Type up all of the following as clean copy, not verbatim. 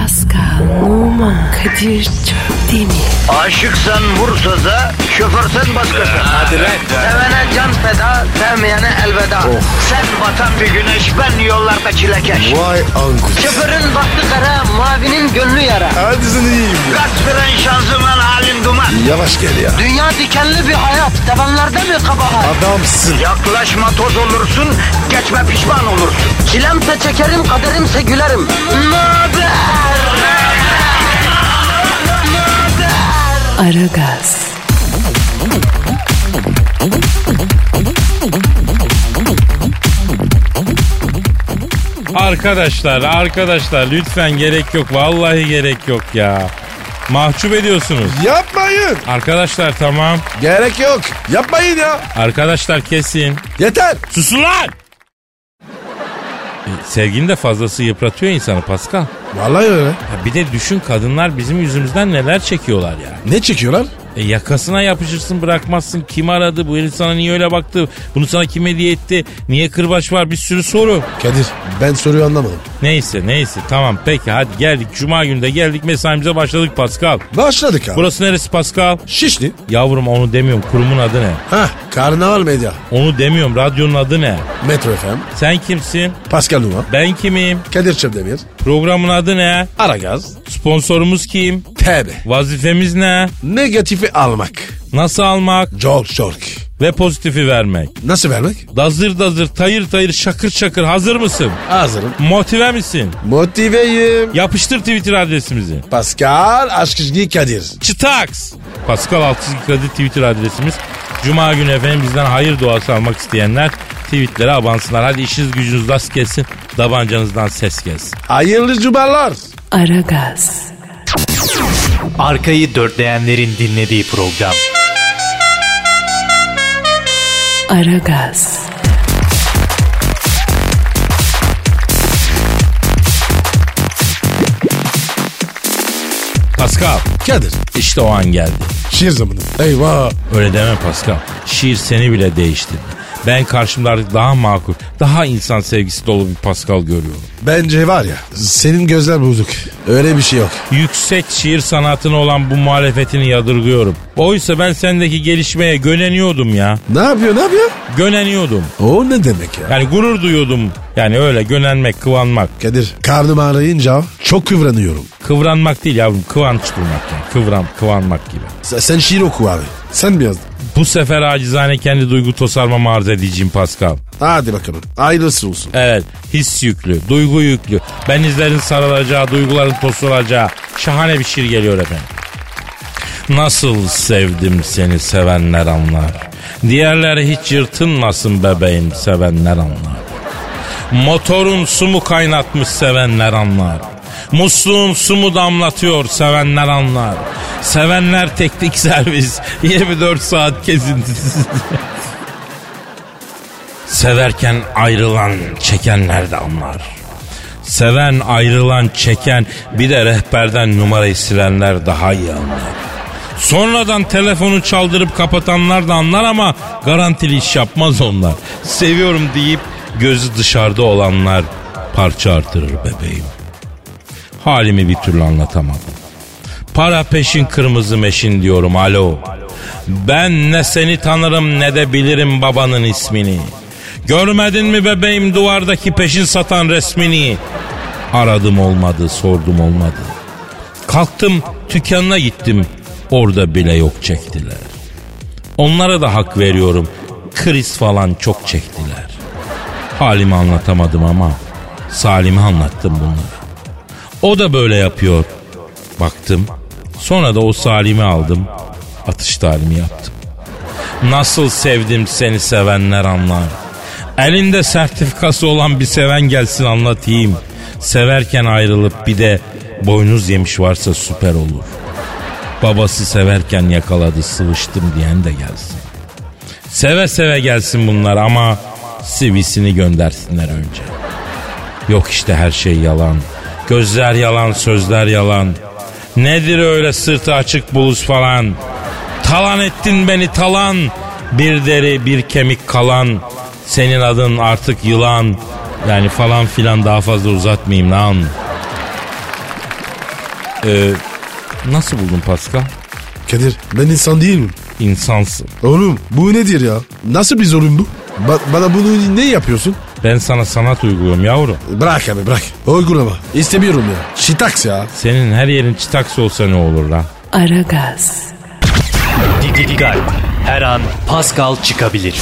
Pascal, Oman, Kadir çok değil mi? Aşıksan vursa da, şoförsen başkasın. Hadi lan. Sevene can feda, sevmeyene elveda. Sen batan bir güneş, ben yollarda çilekeş. Vay anku. Şoförün baktı kara, mavinin gönlü yara. Hadi sen iyiyim ya. Kasperen şanzıman halin duman. Yavaş gel ya. Dünya dikenli bir hayat, sevenlerde mi kabahar? Adamsın. Yaklaşma toz olursun, geçme pişman olursun. Çilemse çekerim, kaderimse gülerim. Möber! Aragaz. Arkadaşlar lütfen gerek yok. Vallahi gerek yok ya. Mahcup ediyorsunuz. Yapmayın. Arkadaşlar tamam. Gerek yok. Yapmayın ya. Arkadaşlar kesin. Yeter. Susun lan! Sevginin de fazlası yıpratıyor insanı Pascal. Vallahi öyle. Ya bir de düşün, kadınlar bizim yüzümüzden neler çekiyorlar ya. Ne çekiyorlar? Yakasına yapışırsın, bırakmazsın. Kim aradı? Bu herif sana niye öyle baktı? Bunu sana kim hediye etti? Niye kırbaç var? Bir sürü soru. Kadir, ben soruyu anlamadım. Neyse tamam peki hadi geldik. Cuma günü de geldik, mesaimize başladık Pascal. Başladık abi. Burası neresi Pascal? Şişli. Yavrum onu demiyorum, kurumun adı ne? Hah, Karnaval Medya. Onu demiyorum, radyonun adı ne? Metro FM. Sen kimsin? Pascal Numa. Ben kimim? Kadir Çöpdemir. Programın adı ne? Aragaz. Sponsorumuz kim? TB. Vazifemiz ne? Negatifi almak. Nasıl almak? Çok. Ve pozitifi vermek. Nasıl vermek? Dazır tayır şakır şakır, hazır mısın? Hazırım. Motive misin? Motiveyim. Yapıştır Twitter adresimizi. Pascal Aşkışgi Kadir. Çıtaks. Pascal Altçizgi Kadir Twitter adresimiz. Cuma günü efendim bizden hayır duası almak isteyenler tweetlere abansınlar. Hadi işiniz gücünüz rast gelsin. Tabancanızdan ses gelsin. Hayırlı cumalar. Aragaz. Arkayı dörtleyenlerin dinlediği program. Aragaz. Pascal, Kadir. işte o an geldi. Şiir zamanı. Eyvah. Öyle deme Pascal. Şiir seni bile değiştirdi. Ben karşımda artık daha makul, daha insan sevgisi dolu bir Pascal görüyorum. Bence var ya, senin gözler bozuk. Öyle bir şey yok. Yüksek şiir sanatına olan bu muhalefetini yadırgıyorum. Oysa ben sendeki gelişmeye göneniyordum ya. Ne yapıyor? Göneniyordum. O ne demek ya? Yani gurur duyuyordum. Yani öyle gönenmek, kıvanmak. Kadir, karnım ağrıyınca çok kıvranıyorum. Kıvranmak değil yavrum, kıvanç duymak yani. Kıvanmak gibi. Sen şiir oku abi. Sen mi yazdın? Bu sefer acizane kendi duygu tosarmamı arz edeceğim Pascal. Hadi bakalım. Hayırlısı olsun. Evet, his yüklü, duygu yüklü. Benizlerin sarılacağı, duyguların tosulacağı şahane bir şiir geliyor efendim. Nasıl sevdim seni sevenler anlar. Diğerleri hiç yırtınmasın bebeğim, sevenler anlar. Motorun su mu kaynatmış, sevenler anlar. Musluğun su mu damlatıyor, sevenler anlar. Sevenler teknik servis 24 saat kesintisiz. Severken ayrılan çekenler de anlar. Seven, ayrılan, çeken, bir de rehberden numarayı silenler daha iyi anlar. Sonradan telefonu çaldırıp kapatanlar da anlar ama garantili iş yapmaz onlar. Seviyorum deyip gözü dışarıda olanlar parça artırır bebeğim. Halimi bir türlü anlatamadım. Para peşin kırmızı meşin diyorum, alo. Ben ne seni tanırım ne de bilirim babanın ismini. Görmedin mi bebeğim duvardaki peşin satan resmini? Aradım olmadı, sordum olmadı. Kalktım dükkanına gittim, orada bile yok çektiler. Onlara da hak veriyorum, kriz falan çok çektiler. Halimi anlatamadım ama Salim'e anlattım bunları. O da böyle yapıyor. Baktım, sonra da o Salim'i aldım, atış talimi yaptım. Nasıl sevdim seni sevenler anlar. Elinde sertifikası olan bir seven gelsin anlatayım. Severken ayrılıp bir de boynuz yemiş varsa süper olur. Babası severken yakaladı sıvıştım diyen de gelsin. Seve seve gelsin bunlar ama CV'sini göndersinler önce. Yok işte her şey yalan. Gözler yalan, sözler yalan. Nedir öyle sırtı açık bulus falan? Talan ettin beni talan. Bir deri bir kemik kalan. Senin adın artık yılan. Yani falan filan, daha fazla uzatmayayım lan. Nasıl buldun Pascal? Kadir ben insan değilim. İnsansın. Oğlum bu nedir ya? Nasıl bir zulüm bu? Bana bunu ne yapıyorsun? Ben sana sanat uyguluyorum yavrum. Bırak abi bırak. Uygulama. İstemiyorum ya. Şitaks ya. Senin her yerin çıtaks olsa ne olur lan? Aragaz. Dikkat. Her an Pascal çıkabilir.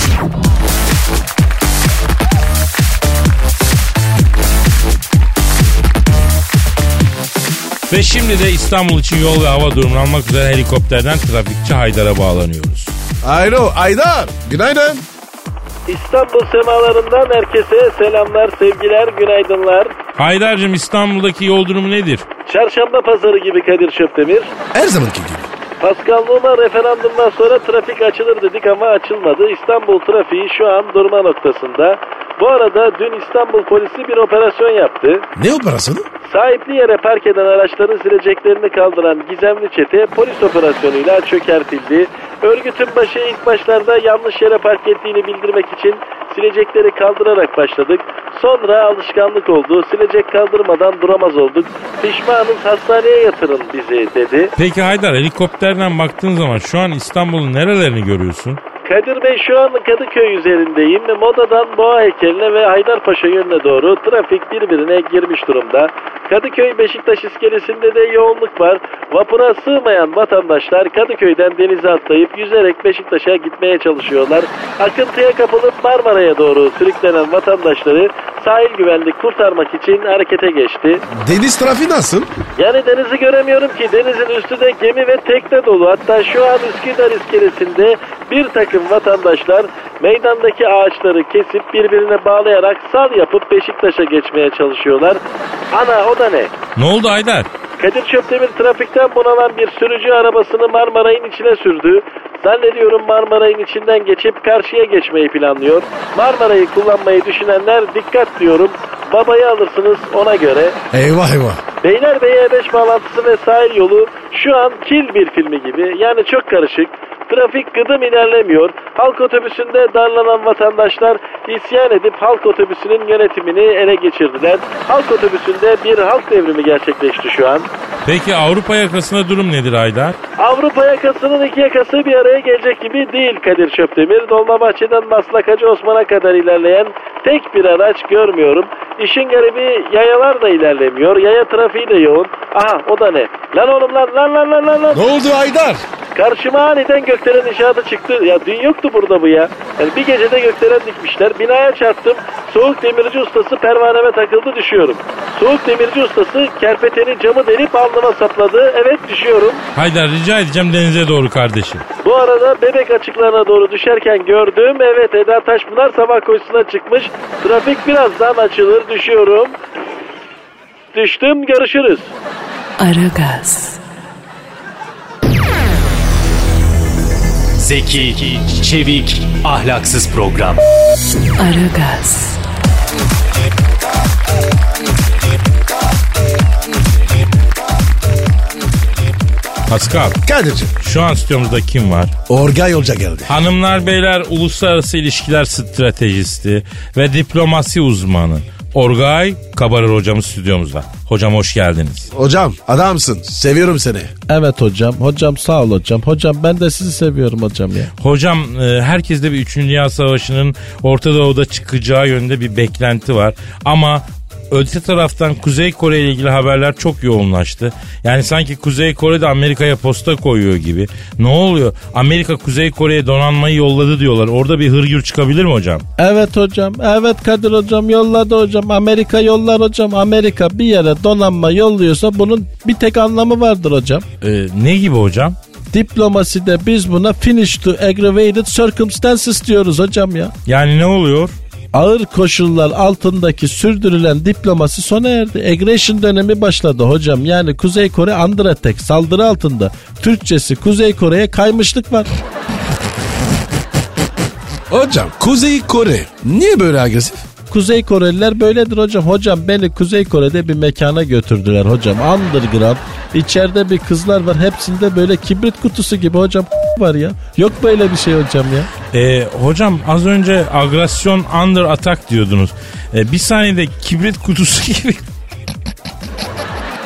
Ve şimdi de İstanbul için yol ve hava durumunu almak üzere helikopterden trafikçi Haydar'a bağlanıyoruz. Alo Aydar. Günaydın. İstanbul semalarından herkese selamlar, sevgiler, günaydınlar. Haydar'cığım İstanbul'daki yol durumu nedir? Çarşamba pazarı gibi Kadir Çöptemir. Her zamanki gibi. Pascal Numa referandumdan sonra trafik açılır dedik ama açılmadı. İstanbul trafiği şu an durma noktasında. Bu arada dün İstanbul polisi bir operasyon yaptı. Ne operasyonu? Sahipli yere park eden araçların sileceklerini kaldıran gizemli çete polis operasyonuyla çökertildi. Örgütün başı ilk başlarda yanlış yere park ettiğini bildirmek için silecekleri kaldırarak başladık. Sonra alışkanlık oldu. Silecek kaldırmadan duramaz olduk. Pişmanız, hastaneye yatırın bizi dedi. Peki Haydar, helikopterden baktığın zaman şu an İstanbul'un nerelerini görüyorsun? Kadir Bey, şu an Kadıköy üzerindeyim. Moda'dan Boğa heykeline ve Haydarpaşa yönüne doğru trafik birbirine girmiş durumda. Kadıköy Beşiktaş iskelesinde de yoğunluk var. Vapura sığmayan vatandaşlar Kadıköy'den denize atlayıp yüzerek Beşiktaş'a gitmeye çalışıyorlar. Akıntıya kapılıp Marmara'ya doğru sürüklenen vatandaşları sahil güvenlik kurtarmak için harekete geçti. Deniz trafiği nasıl? Yani denizi göremiyorum ki, denizin üstü de gemi ve tekne dolu. Hatta şu an Üsküdar iskelesinde bir takım vatandaşlar meydandaki ağaçları kesip birbirine bağlayarak sal yapıp Beşiktaş'a geçmeye çalışıyorlar. Ana, o da ne? Ne oldu Haydar? Kadir Çöptemir trafikten bunalan bir sürücü arabasını Marmaray'ın içine sürdü. Zannediyorum Marmaray'ın içinden geçip karşıya geçmeyi planlıyor. Marmaray'ı kullanmayı düşünenler dikkat diyorum. Babayı alırsınız ona göre. Eyvah eyvah. Beylerbeyi E5 bağlantısı ve sahil yolu şu an Kill bir filmi gibi. Yani çok karışık. Trafik gıdım ilerlemiyor. Halk otobüsünde darlanan vatandaşlar isyan edip halk otobüsünün yönetimini ele geçirdiler. Halk otobüsünde bir halk devrimi gerçekleşti şu an. Peki Avrupa yakasında durum nedir Haydar? Avrupa yakasının iki yakası bir araya gelecek gibi değil Kadir Çöptemir. Dolmabahçe'den Maslak Hacı Osman'a kadar ilerleyen tek bir araç görmüyorum. İşin garibi yayalar da ilerlemiyor. Yaya trafiği de yoğun. Aha, o da ne? Lan oğlum lan. Ne oldu Aydar? Karşıma aniden gökdelen inşaatı çıktı. Ya dün yoktu burada bu ya. Yani bir gecede gökdelen dikmişler. Binaya çarptım. Soğuk demirci ustası pervaneme takıldı, düşüyorum. Soğuk demirci ustası kerpeteni camı delip alnıma sapladı. Evet, düşüyorum. Haydar, rica edeceğim denize doğru kardeşim. Bu arada Bebek açıklarına doğru düşerken gördüm. Evet, Eda Taşpınar sabah koşusuna çıkmış. Trafik birazdan açılır, düşüyorum. Düştüm, görüşürüz. Aragaz. Zeki, çevik, ahlaksız program. Aragaz. Pascal, Kadir'cim. şu an stüdyomuzda kim var? Orgay Hoca geldi. Hanımlar beyler, uluslararası ilişkiler stratejisti ve diplomasi uzmanı Orgay Kabarır hocamız stüdyomuzda. Hocam hoş geldiniz. Hocam adamsın. Seviyorum seni. Evet hocam. Hocam sağ ol hocam. Hocam ben de sizi seviyorum hocam ya. Hocam herkeste bir 3. Dünya Savaşı'nın Orta Doğu'da çıkacağı yönünde bir beklenti var. Ama öte taraftan Kuzey Kore ile ilgili haberler çok yoğunlaştı. Yani sanki Kuzey Kore de Amerika'ya posta koyuyor gibi. Ne oluyor? Amerika Kuzey Kore'ye donanmayı yolladı diyorlar. Orada bir hırgür çıkabilir mi hocam? Evet hocam. Evet Kadir hocam yolladı hocam. Amerika yollar hocam. Amerika bir yere donanma yolluyorsa bunun bir tek anlamı vardır hocam. Ne gibi hocam? Diplomaside biz buna finish to aggravated circumstances diyoruz hocam ya. Yani ne oluyor? Ağır koşullar altındaki sürdürülen diplomasi sona erdi. Aggression dönemi başladı hocam. Yani Kuzey Kore under attack, saldırı altında. Türkçesi Kuzey Kore'ye kaymışlık var. Hocam Kuzey Kore niye böyle agresif? Kuzey Koreliler böyledir hocam. Hocam beni Kuzey Kore'de bir mekana götürdüler hocam. Underground. İçeride bir kızlar var. Hepsinde böyle kibrit kutusu gibi hocam var ya. Yok böyle bir şey hocam ya. Hocam az önce agresyon under attack diyordunuz. Bir saniyede kibrit kutusu gibi.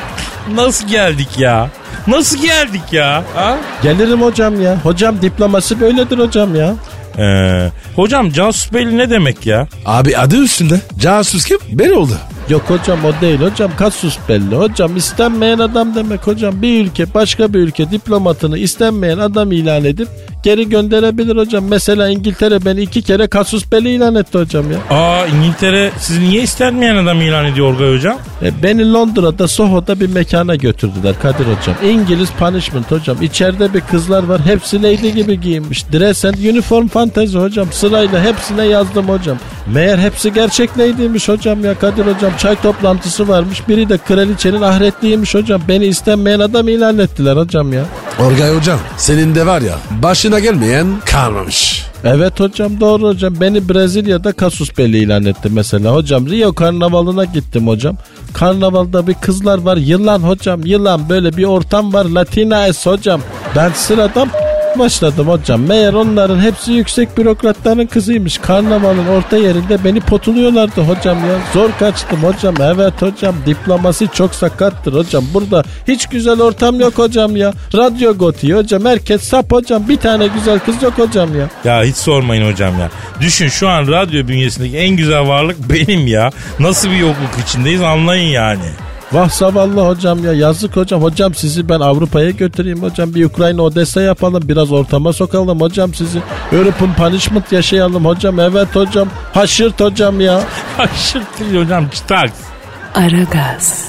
Nasıl geldik ya? Nasıl geldik ya? Ha? Gelirim hocam ya. Hocam diploması böyledir hocam ya. Hocam casus belli ne demek ya? Abi adı üstünde. Casus kim? Ben oldu. Yok hocam o değil hocam, kasus belli hocam, istenmeyen adam demek hocam. Bir ülke başka bir ülke diplomatını istenmeyen adam ilan edip geri gönderebilir hocam. Mesela İngiltere beni 2 kere kasus belli ilan etti hocam ya. İngiltere sizi niye istenmeyen adam ilan ediyor Orgay hocam? Beni Londra'da Soho'da bir mekana götürdüler Kadir hocam. İngiliz punishment hocam. İçeride bir kızlar var, hepsi lady gibi giyinmiş. Dress and uniform fantezi hocam. Sırayla hepsine yazdım hocam. Meğer hepsi gerçek lady'ymiş hocam ya Kadir hocam. Çay toplantısı varmış. Biri de kraliçenin ahretliymiş hocam. Beni istenmeyen adam ilan ettiler hocam ya. Orgay hocam senin de var ya başına gelmeyen kalmamış. Evet hocam, doğru hocam. Beni Brezilya'da kasus belli ilan etti mesela hocam. Rio karnavalına gittim hocam. Karnavalda bir kızlar var, yılan hocam, yılan, böyle bir ortam var, Latina es hocam. Ben sıradan başladım hocam. Meğer onların hepsi yüksek bürokratların kızıymış. Karnavalın orta yerinde beni potuluyorlardı hocam ya. Zor kaçtım hocam. Evet hocam, diploması çok sakattır hocam. Burada hiç güzel ortam yok hocam ya. Radyo gotiği hocam. Herkes sap hocam. Bir tane güzel kız yok hocam ya. Ya hiç sormayın hocam ya. Düşün, şu an radyo bünyesindeki en güzel varlık benim ya. Nasıl bir yokluk içindeyiz anlayın yani. Vah zavallı hocam ya, yazık hocam. Hocam sizi ben Avrupa'ya götüreyim hocam. Bir Ukrayna Odessa yapalım, biraz ortama sokalım hocam sizi. European punishment yaşayalım hocam. Evet hocam, haşırt hocam ya. Haşırt değil hocam, çıtaks. Aragaz.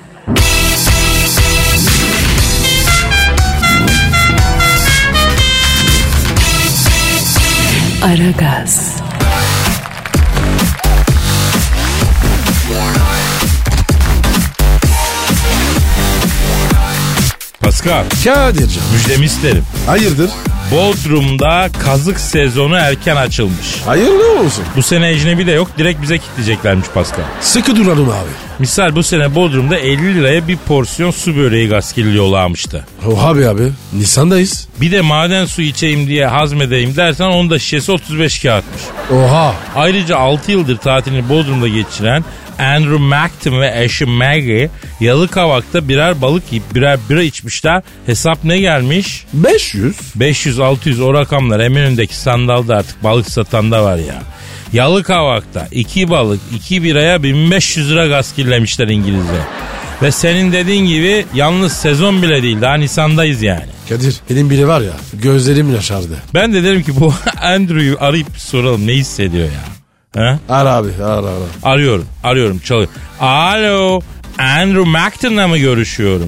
Aragaz. Pascal, Kadir'cim. müjdemi isterim. Hayırdır? Bodrum'da kazık sezonu erken açılmış. Hayırlı olsun. Bu sene ecnebi de yok, direkt bize kitleyeceklermiş Pascal. Sıkı duralım abi. Misal bu sene Bodrum'da 50 liraya bir porsiyon su böreği gaskilliyorlarmıştı. Oha be abi. Nisan'dayız. Bir de maden suyu içeyim diye hazmedeyim dersen onun da şişesi 35 kağıtmış. Oha. Ayrıca 6 yıldır tatilini Bodrum'da geçiren Andrew Macton ve eşi Maggie Yalıkavak'ta birer balık yiyip birer bira içmişler. Hesap ne gelmiş? 500. 500-600 o rakamlar Eminönü'ndeki sandalda artık balık satanda var ya. Yalıkavak'ta 2 balık 2 biraya 1500 lira gaskillemişler İngilizce. Ve senin dediğin gibi yalnız sezon bile değil, daha Nisan'dayız yani. Kadir benim biri var ya gözlerim yaşardı. Ben de derim ki bu Andrew'yu arayıp soralım ne hissediyor ya. He? Ara abi ara. Arıyorum çalıyor. Alo, Andrew Macton'la mı görüşüyorum?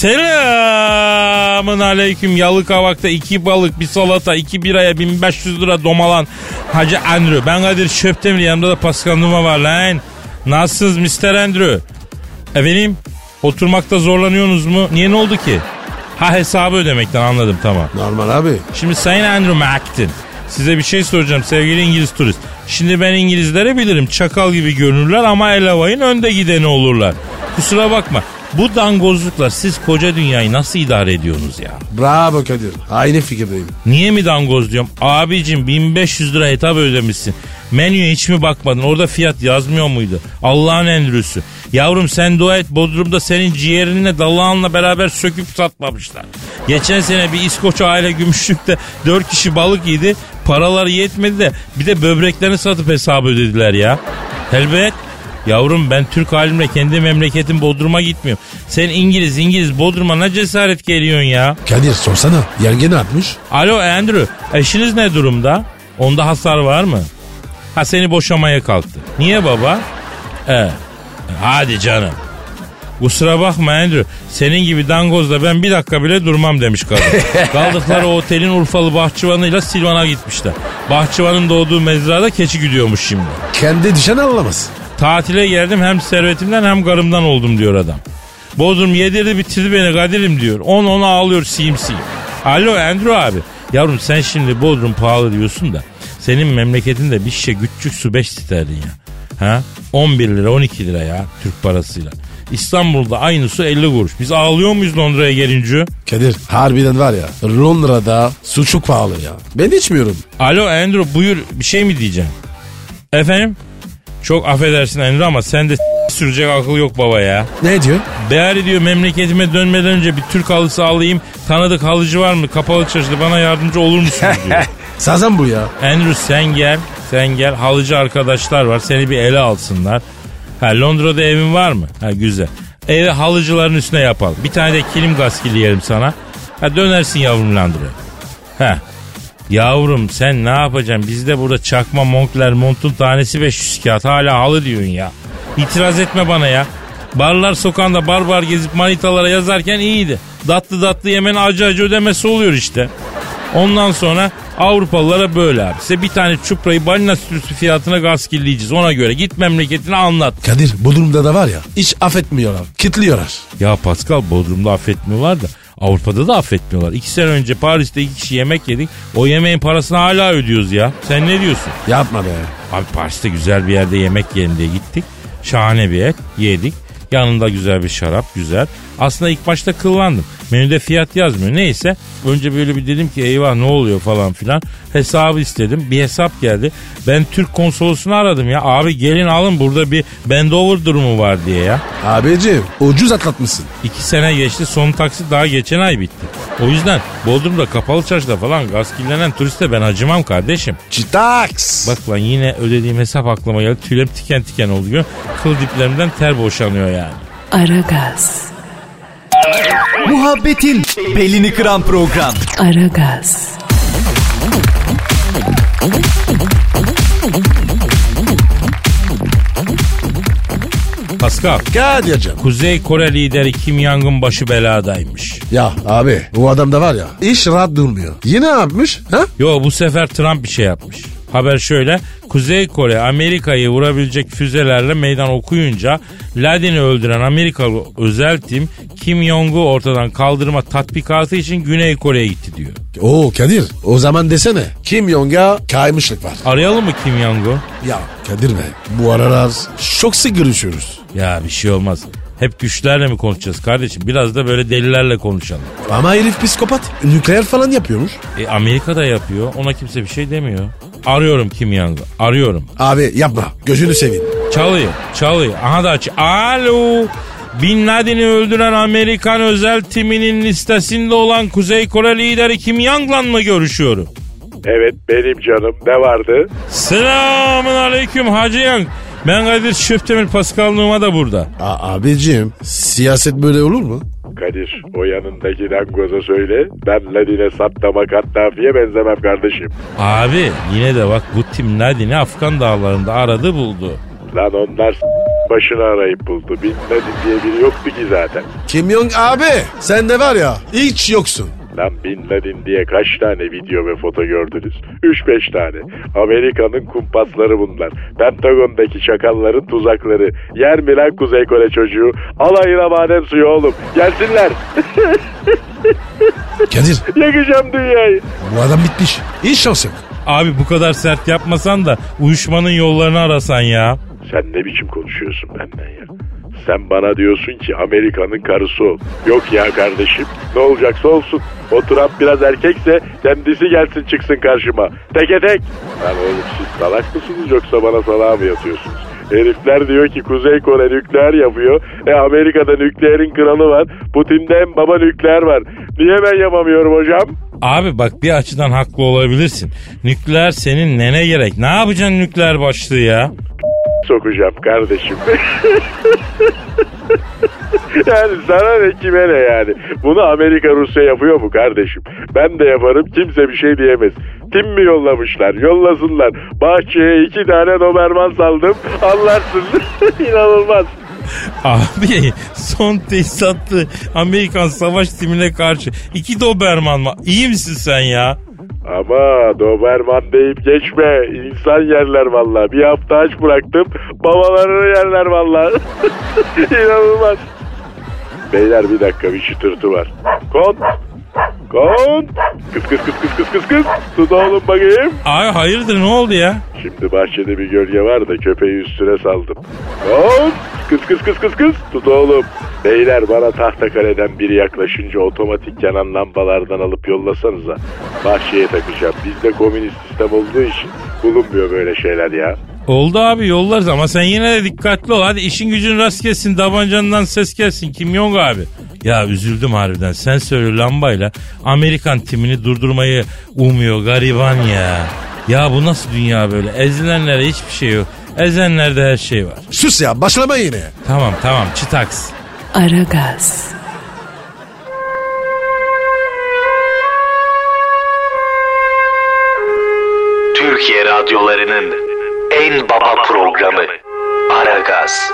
Selamın aleyküm. Yalıkavak'ta 2 balık, bir salata, 2 biraya 1500 lira domalan Hacı Andrew. Ben Kadir Şöptemir, yanımda da Pascal Numa var lan. Nasılsınız Mr. Andrew? Efendim, oturmakta zorlanıyorsunuz mu? Niye, ne oldu ki? Ha, hesabı ödemekten, anladım, tamam. Normal abi. Şimdi Sayın Andrew Macton, size bir şey soracağım sevgili İngiliz turist. Şimdi ben İngilizlere bilirim, çakal gibi görünürler ama el havayın önde gideni olurlar. Kusura bakma, bu dangozlukla siz koca dünyayı nasıl idare ediyorsunuz ya? Bravo Kadir. Aynı fikirdeyim. Niye mi dangoz diyorum? Abicim 1500 lira hitap ödemişsin. Menüye hiç mi bakmadın? Orada fiyat yazmıyor muydu? Allah'ın endürüsü. Yavrum sen dua et, Bodrum'da senin ciğerinle dalağınla beraber söküp satmamışlar. Geçen sene bir İskoç aile Gümüşlük'te 4 kişi balık yedi. Paraları yetmedi de bir de böbreklerini satıp hesabı ödediler ya. Elbet. Yavrum ben Türk halimle kendi memleketim Bodrum'a gitmiyorum. Sen İngiliz Bodrum'a ne cesaret geliyorsun ya? Kadir sorsana yenge ne yapmış? Alo Andrew, eşiniz ne durumda? Onda hasar var mı? Ha, seni boşamaya kalktı. Niye baba? Hadi canım. Kusura bakma Andrew. Senin gibi dangozda ben bir dakika bile durmam demiş kadın. Kaldıkları otelin Urfalı bahçıvanıyla Silvan'a gitmişler. Bahçıvanın doğduğu mezrada keçi güdüyormuş şimdi. Kendi düşen anlamaz. Tatile geldim, hem servetimden hem garımdan oldum diyor adam. Bodrum yedirdi bitirdi beni Kadir'im diyor. Ona ağlıyor simsi. Alo Andrew abi. Yavrum sen şimdi Bodrum pahalı diyorsun da senin memleketinde bir şişe küçük su 5 sterlin ya. Ha? 11 lira 12 lira ya Türk parasıyla. İstanbul'da aynı su 50 kuruş. Biz ağlıyor muyuz Londra'ya gelince? Kadir harbiden var ya Londra'da su çok pahalı ya. Ben içmiyorum. Alo Andrew buyur, bir şey mi diyeceğim? Efendim? Çok affedersin Andrew ama sen de sürecek akıl yok baba ya. Ne diyor? Bari diyor memleketime dönmeden önce bir Türk halısı alayım. Tanıdık halıcı var mı? Kapalı çarşıda bana yardımcı olur musun diyor. Sazan bu ya. Andrew sen gel. Halıcı arkadaşlar var. Seni bir ele alsınlar. Ha, Londra'da evin var mı? Ha, güzel. Evi halıcıların üstüne yapalım. Bir tane de kilim gaskilleyelim sana. Ha, dönersin yavrum Londra'ya. Ha. Yavrum sen ne yapacaksın? Bizde burada çakma Moncler montun tanesi 500 kağıt. Hala halı diyorsun ya. İtiraz etme bana ya. Barlar sokağında bar gezip manitalara yazarken iyiydi. Tatlı yemenin acı ödemesi oluyor işte. Ondan sonra Avrupalılara böyle abi. Size bir tane çuprayı balina sürüsü fiyatına gaskilleyeceğiz. Ona göre git memleketine anlat. Kadir Bodrum'da da var ya hiç affetmiyorlar. Kitliyorlar. Ya Pascal Bodrum'da affetmiyorlar da Avrupa'da da affetmiyorlar. 2 sene önce Paris'te 2 kişi yemek yedik. O yemeğin parasını hala ödüyoruz ya. Sen ne diyorsun? Yapma be. Abi Paris'te güzel bir yerde yemek yiyelim diye gittik. Şahane bir et yedik. Yanında güzel bir şarap, güzel. Aslında ilk başta kıllandım. Menüde fiyat yazmıyor. Neyse önce böyle bir dedim ki eyvah ne oluyor falan filan. Hesabı istedim. Bir hesap geldi. Ben Türk konsolosunu aradım ya. Abi gelin alın burada bir bendover durumu var diye ya. Abicim ucuz atlatmışsın. 2 sene geçti, son taksit daha geçen ay bitti. O yüzden Bodrum'da kapalı çarşıda falan gaskillenen turiste ben acımam kardeşim. Çitaks. Bak lan yine ödediğim hesap aklıma geldi. Tüylerim tiken oldu. Kıl diplerimden ter boşanıyor yani. Aragaz. Muhabbetin belini kıran program. Aragaz. Pascal. Kadir'cim. Kuzey Kore lideri Kim Jong-un başı beladaymış. Ya abi bu adam da var ya hiç rahat durmuyor. Yine ne yapmış? Ha? Yo bu sefer Trump bir şey yapmış. Haber şöyle. Kuzey Kore Amerika'yı vurabilecek füzelerle meydan okuyunca Laden'i öldüren Amerikalı özel tim Kim Jong-un'u ortadan kaldırma tatbikatı için Güney Kore'ye gitti diyor. Oo Kadir o zaman desene Kim Jong'a kaymışlık var. Arayalım mı Kim Jong-un? Ya Kadir Bey bu aralar çok sık görüşüyoruz. Ya bir şey olmaz. Hep güçlerle mi konuşacağız kardeşim? Biraz da böyle delilerle konuşalım. Ama herif psikopat. Nükleer falan yapıyormuş. Amerika da yapıyor. Ona kimse bir şey demiyor. Arıyorum Kim Jong-un. Arıyorum. Abi yapma. Gözünü seveyim. Çalıyor. Aha da aç. Alo. Bin Laden'i öldüren Amerikan özel timinin listesinde olan Kuzey Kore lideri Kim Jong-un'la mı görüşüyorum? Evet benim canım. Ne vardı? Selamun aleyküm Hacı Yang. Ben Kadir Çöptemir, Pascal Numa da burada. Abicim siyaset böyle olur mu? Kadir o yanındaki dangoza söyle. Ben Ladin'e Saddam'a Kaddafi'ye benzemem kardeşim. Abi yine de bak bu Tim Laden'i Afgan dağlarında aradı buldu. Lan onlar başını arayıp buldu. Bin Ladin diye biri yoktu ki zaten. Kim Jong abi sen de var ya hiç yoksun. Lan Bin Laden diye kaç tane video ve foto gördünüz? 3-5 tane. Amerika'nın kumpasları bunlar. Pentagon'daki çakalların tuzakları. Yer mi lan Kuzey Kore çocuğu? Alayına maden suyu oğlum. Gelsinler. Kadir. Yakacağım dünyayı. Bu adam bitmiş. Hiç şans yok. Abi bu kadar sert yapmasan da uyuşmanın yollarını arasan ya. Sen ne biçim konuşuyorsun benden ya? Sen bana diyorsun ki Amerika'nın karısı ol. Yok ya kardeşim. Ne olacaksa olsun. O Trump biraz erkekse kendisi gelsin çıksın karşıma. Teke tek. Lan oğlum siz salak mısınız yoksa bana salağa mı yatıyorsunuz? Herifler diyor ki Kuzey Kore nükleer yapıyor. Amerika'da nükleerin kralı var. Putin'de en baba nükleer var. Niye ben yapamıyorum hocam? Abi bak bir açıdan haklı olabilirsin. Nükleer senin nene gerek. Ne yapacaksın nükleer başlığı ya? Sokacağım kardeşim. Yani sana ne kime ne yani. Bunu Amerika Rusya yapıyor mu kardeşim? Ben de yaparım kimse bir şey diyemez. Tim mi yollamışlar? Yollasınlar. Bahçeye 2 tane Doberman saldım. Anlarsın. İnanılmaz. Abi son tesisatlı Amerikan savaş timine karşı 2 Doberman mı? İyi misin sen ya? Ama Doberman deyip geçme. İnsan yerler vallahi. Bir hafta aç bıraktım. Babalarını yerler vallahi. İnanılmaz. Beyler bir dakika bir çıtırtı var. Kont. Kız. Tut oğlum bakayım. Ay hayırdır ne oldu ya? Şimdi bahçede bir gölge var da köpeği üstüne saldım. Kont. Kız. Tut oğlum. Beyler bana Tahtakale'den biri yaklaşınca otomatik yanan lambalardan alıp yollasanıza. Bahçeye takacağım. Bizde komünist sistem olduğu için bulunmuyor böyle şeyler ya. Oldu abi, yollarız ama sen yine de dikkatli ol. Hadi işin gücün rast gelsin, tabancandan ses gelsin. Kim Jong abi? Ya üzüldüm harbiden. Sen söyle, lambayla Amerikan timini durdurmayı umuyor gariban ya. Ya bu nasıl dünya böyle? Ezilenlere hiçbir şey yok. Ezenlerde her şey var. Sus ya, başlama yine. Tamam çıtaks. Aragaz. Türkiye radyolarının en baba programı Aragaz.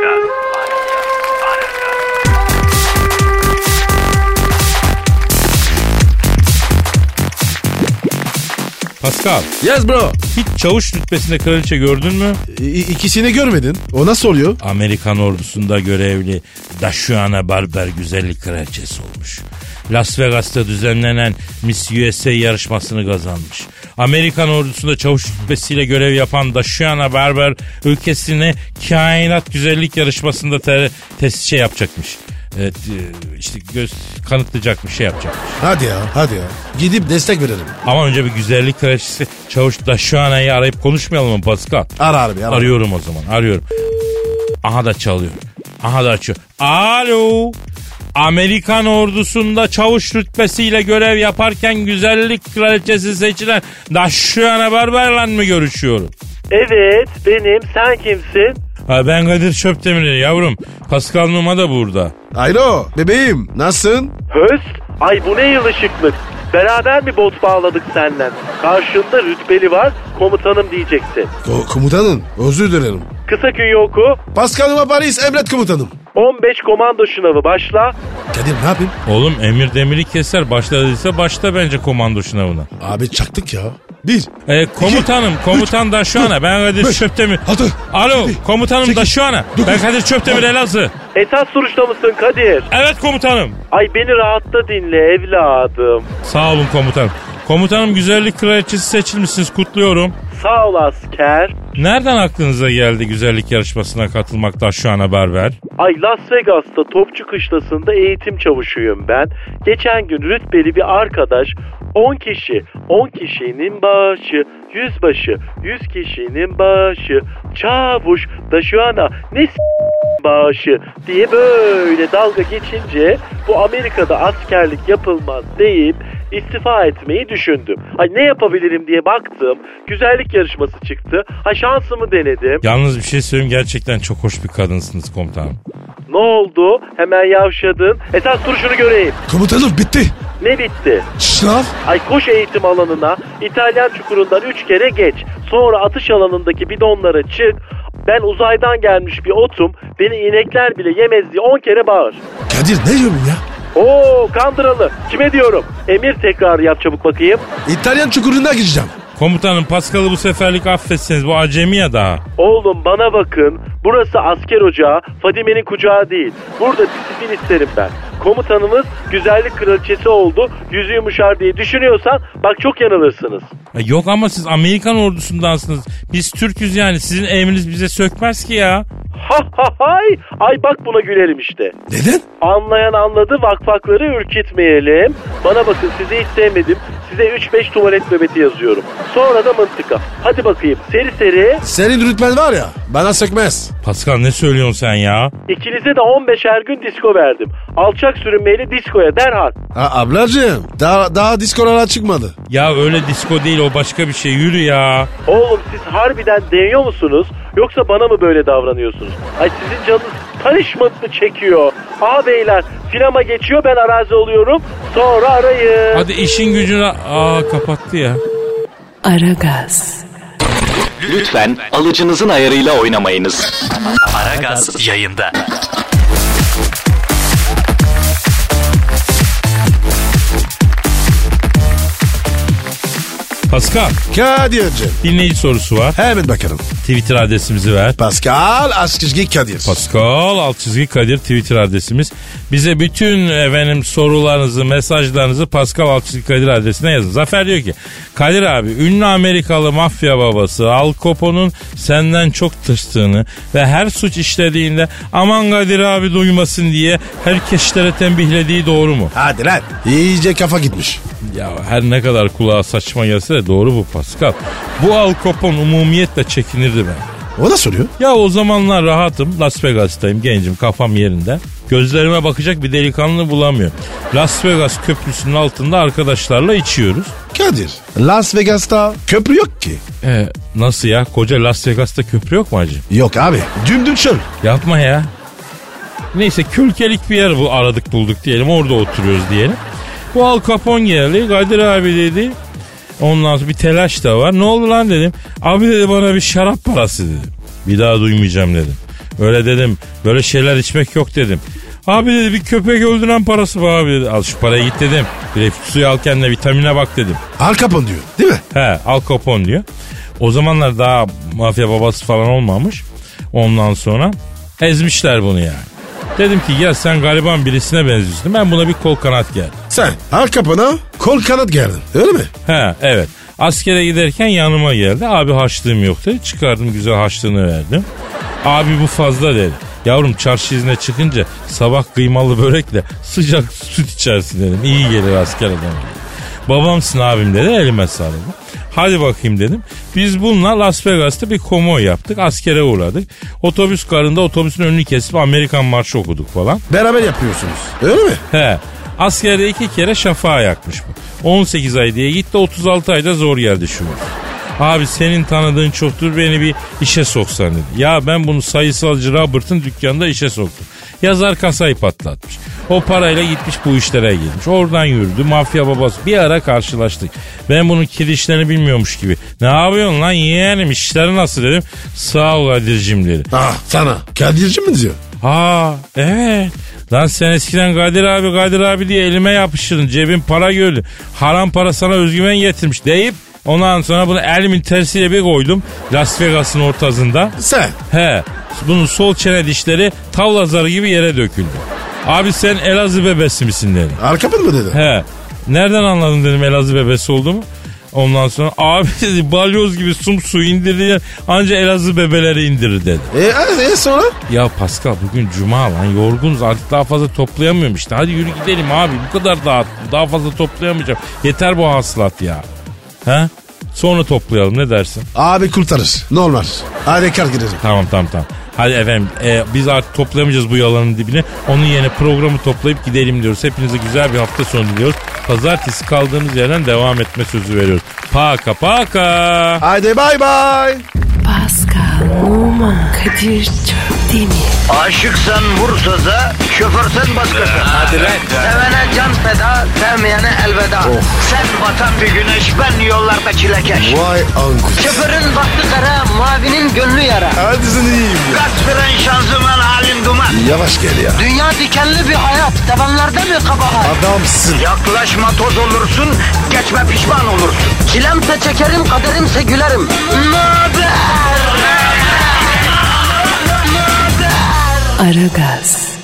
Pascal, Yes bro. hiç çavuş rütbesinde kraliçe gördün mü? İkisini görmedin. O nasıl oluyor? Amerikan ordusunda görevli Daşuana Barber güzellik kraliçesi olmuş. Las Vegas'ta düzenlenen Miss USA yarışmasını kazanmış. Amerikan ordusunda çavuş rütbesiyle görev yapan Daşuana Barber ülkesine kainat güzellik yarışmasında test yapacakmış. Evet, işte göz kanıtlayacakmış, şey yapacakmış. Hadi ya. Gidip destek verelim. Ama önce bir güzellik kraliçesi Çavuş Daşuana'yı arayıp konuşmayalım mı Pascal? Ara abi. Arıyorum o zaman, arıyorum. Aha da çalıyor. Aha da açıyor. Alo. Amerikan ordusunda çavuş rütbesiyle görev yaparken güzellik kraliçesi seçilen Daşuana Barber'la mı görüşüyorum? Evet benim, sen kimsin? Ha, ben Kadir Çöptemir yavrum. Pascal Numa da burada. Alo bebeğim, nasılsın? Höst? Ay bu ne yılışıklık. Beraber mi bot bağladık senden? Karşında rütbeli var, komutanım diyeceksin. Komutanım, özür dilerim. Kısa künye oku. Pascal Paris, emret komutanım. 15 komando şınavı başla. Kadir ne yapayım? Oğlum emir demiri keser, başladıysa başla bence komando şınavına. Abi çaktık ya. 1. Komutan Daşuana, ben Kadir Çöptemir. Alo komutanım Daşuana, ben Kadir Çöptemir Elazığ. Esas duruşta mısın Kadir? Evet komutanım. Ay beni rahatta dinle evladım. Sağ olun komutanım. Komutanım güzellik kraliçesi seçilmişsiniz, kutluyorum. Sağ ol asker. Nereden aklınıza geldi güzellik yarışmasına katılmak Daşuana Barber? Ay Las Vegas'ta Topçu Kışlası'nda eğitim çavuşuyum ben. Geçen gün rütbeli bir arkadaş 10 kişinin başı, 100 başı, 100 kişinin başı, çavuş Daşuana ne başı diye böyle dalga geçince bu Amerika'da askerlik yapılmaz deyip istifa etmeyi düşündüm. Ay ne yapabilirim diye baktım. Güzellik yarışması çıktı. Ha şansımı denedim. Yalnız bir şey söyleyeyim, gerçekten çok hoş bir kadınsınız komutanım. Ne oldu? Hemen yavşadın. Esas duruşunu göreyim. Komutanım bitti. Ne bitti? Sınav. Ay koş eğitim alanına. İtalyan çukurundan 3 kere geç. Sonra atış alanındaki bidonlara çık. Ben uzaydan gelmiş bir otum. Beni inekler bile yemez diye 10 kere bağır. Kadir ne diyorsun ya? Oo kandıralı. Kime diyorum? Emir tekrar yap çabuk bakayım. İtalyan çukuruna gireceğim. Komutanım Pascal'ı bu seferlik affetseniz, bu acemi ya daha. Oğlum bana bakın. Burası asker ocağı, Fadime'nin kucağı değil. Burada disiplin isterim ben. Komutanımız güzellik kraliçesi oldu, yüzü yumuşar diye düşünüyorsan bak çok yanılırsınız. Yok ama siz Amerikan ordusundansınız. Biz Türk'üz yani, sizin emriniz bize sökmez ki ya. Ha ha hay. Ay bak buna gülerim işte. Neden? Anlayan anladı, vakfakları ürkütmeyelim. Bana bakın sizi hiç sevmedim. Size 3-5 tuvalet nöbeti yazıyorum. Sonra da mıntıka. Hadi bakayım seri seri. Senin rütben var ya, bana sökmez. Pascal ne söylüyorsun sen ya? İkinize de 15'er gün disko verdim. Alçak sürünmeyle diskoya derhal. Ablacığım daha diskolara çıkmadı. Ya öyle disko değil, o başka bir şey, yürü ya. Oğlum siz harbiden deniyor musunuz? Yoksa bana mı böyle davranıyorsunuz? Ay sizin canınız punishment mı çekiyor? Aha beyler sinema geçiyor, ben arazi oluyorum. Sonra arayın. Hadi işin gücüne... kapattı ya. Aragaz. Lütfen alıcınızın ayarıyla oynamayınız. Aragaz yayında. Pascal, Kadir'cim. dinleyici sorusu var. Hemen bakalım. Twitter adresimizi ver. Pascal _ Kadir. Pascal _ Kadir Twitter adresimiz. Bize bütün sorularınızı, mesajlarınızı Pascal _ Kadir adresine yazın. Zafer diyor ki, Kadir abi, ünlü Amerikalı mafya babası Al Capone'un senden çok tırsığını ve her suç işlediğinde aman Kadir abi duymasın diye herkeslere tembihlediği doğru mu? Hadi lan. İyice kafa gitmiş. Ya her ne kadar kulağa saçma gelse de doğru bu Pascal. Bu Al Capone umumiyetle çekinirdi bitirdi ben. O da soruyor. Ya o zamanlar rahatım. Las Vegas'tayım, gencim, kafam yerinde. Gözlerime bakacak bir delikanlı bulamıyorum. Las Vegas köprüsünün altında arkadaşlarla içiyoruz. Kadir, Las Vegas'ta köprü yok ki. Nasıl ya? Koca Las Vegas'ta köprü yok mu hacı? Yok abi, dümdüz çöl. Yapma ya. Neyse kölkelik bir yer bu, aradık bulduk diyelim, orada oturuyoruz diyelim. Bu Al Capone geldi, Kadir abi dedi. Ondan sonra bir telaş da var. Ne oldu lan dedim. Abi dedi bana bir şarap parası dedi. Bir daha duymayacağım dedim. Öyle dedim, böyle şeyler içmek yok dedim. Abi dedi bir köpek öldüren parası var abi dedi. Al şu parayı git dedim. Bir de suyu al kendine, vitamine bak dedim. Al Capone diyor değil mi? He, Al Capone diyor. O zamanlar daha mafya babası falan olmamış. Ondan sonra ezmişler bunu yani. Dedim ki ya sen gariban birisine benziyorsun. Ben buna bir kol kanat geldim. Sen Al Capone'a kol kanat geldin öyle mi? He, evet. Askere giderken yanıma geldi. Abi harçlığım yok dedi. Çıkardım, güzel harçlığını verdim. Abi bu fazla dedi. Yavrum çarşı izine çıkınca sabah kıymalı börekle sıcak süt içersin dedim. İyi gelir asker adam. Babamsın abim dedi, elime sarıldı. Hadi bakayım dedim. Biz bununla Las Vegas'ta bir konvoy yaptık. Askere uğradık. Otobüs garında otobüsün önünü kesip Amerikan marşı okuduk falan. Beraber yapıyorsunuz öyle mi? He. Askerde 2 kere şafağı yakmış bu. 18 ay diye gitti, 36 ayda zor geldi şu. Abi senin tanıdığın çoktur, beni bir işe soksan dedi. Ya ben bunu sayısalcı Robert'ın dükkanında işe soktum. Yazar kasayı patlatmış. O parayla gitmiş bu işlere girmiş. Oradan yürüdü, mafya babası. Bir ara karşılaştık. Ben bunun kirişlerini bilmiyormuş gibi. Ne yapıyorsun lan yeğenim, işleri nasıl dedim. Sağ ol Kadir'cim dedi. Sana Kadir'cim mi diyor? Evet. Lan sen eskiden Kadir abi diye elime yapıştırdın. Cebin para gördü. Haram para sana özgüven getirmiş deyip ondan sonra bunu elimin tersiyle bir koydum. Las Vegas'ın ortasında. Sen? He. Bunun sol çene dişleri tavla zarı gibi yere döküldü. Abi sen Elazığ bebesi misin dedi. Al Capone mı dedi? He. Nereden anladın dedim Elazığ bebesi olduğumu. Ondan sonra abi dedi balyoz gibi sumsu indirdi, anca Elazığ bebeleri indirir dedi. Sonra? Ya Pascal bugün cuma lan, yorgunuz artık, daha fazla toplayamıyorum işte. Hadi yürü gidelim abi, bu kadar daha fazla toplayamayacağım. Yeter bu hasılat ya. He? Sonra toplayalım, ne dersin? Abi kurtarır. Normal. Hadi kalk gidelim. Tamam. Hadi efendim biz artık toplayamayacağız bu yalanın dibine. Onun yerine programı toplayıp gidelim diyoruz. Hepinize güzel bir hafta sonu diliyoruz. Pazartesi kaldığımız yerden devam etme sözü veriyoruz. Paka. Haydi bay bay. Pascal, Oman, Kadir çok değil mi? Aşıksan vursa da, şoförsen başkasın. Hadi lan. Sevene can feda, sevmeyene elveda. Sen batan bir güneş, ben yollarda çilekeş. Vay anku. Şoförün baktı kara, mavinin gönlü yara. Hadi sen iyiyim ya. Kasperen şanzıman halin duman. Yavaş gel ya. Dünya dikenli bir hayat, sevenlerde mi kabahar? Adamsın. Yaklaşma toz olursun, geçme pişman olursun. Çilemse çekerim, kaderimse gülerim. Möber! Aragaz.